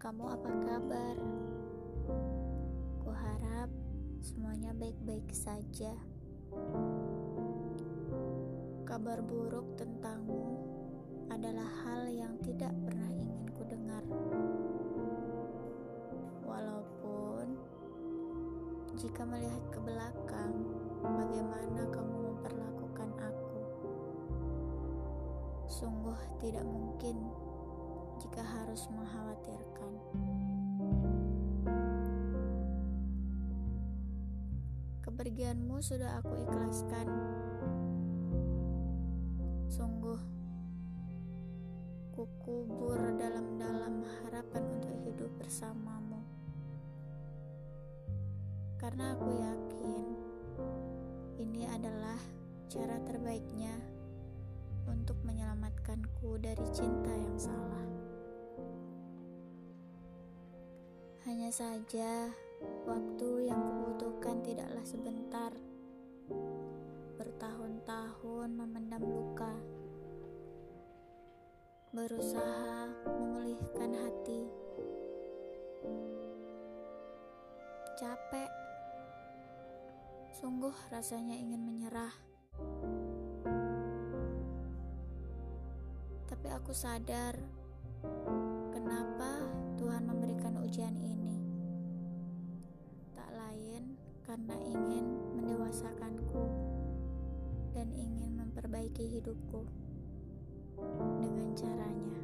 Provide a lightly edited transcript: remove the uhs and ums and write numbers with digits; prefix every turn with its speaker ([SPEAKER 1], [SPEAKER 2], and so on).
[SPEAKER 1] kamu apa kabar? Kuharap semuanya baik-baik saja. Kabar buruk tentangmu adalah hal yang tidak pernah ingin kudengar. Walaupun jika melihat ke belakang, bagaimana kamu memperlakukan aku, sungguh tidak mungkin jika harus mengkhawatirkan. Kepergianmu sudah aku ikhlaskan. Sungguh, kukubur dalam-dalam harapan untuk hidup bersamamu. Karena aku yakin ini adalah cara terbaiknya untuk menyelamatkanku dari cinta yang salah. Hanya saja, waktu yang kubutuhkan tidaklah sebentar. Bertahun-tahun memendam luka, berusaha memulihkan hati. Capek, sungguh rasanya ingin menyerah. Tapi aku sadar kenapa Tuhan memberikan ujian ini. Tak lain karena ingin mendewasakanku dan ingin memperbaiki hidupku dengan caranya.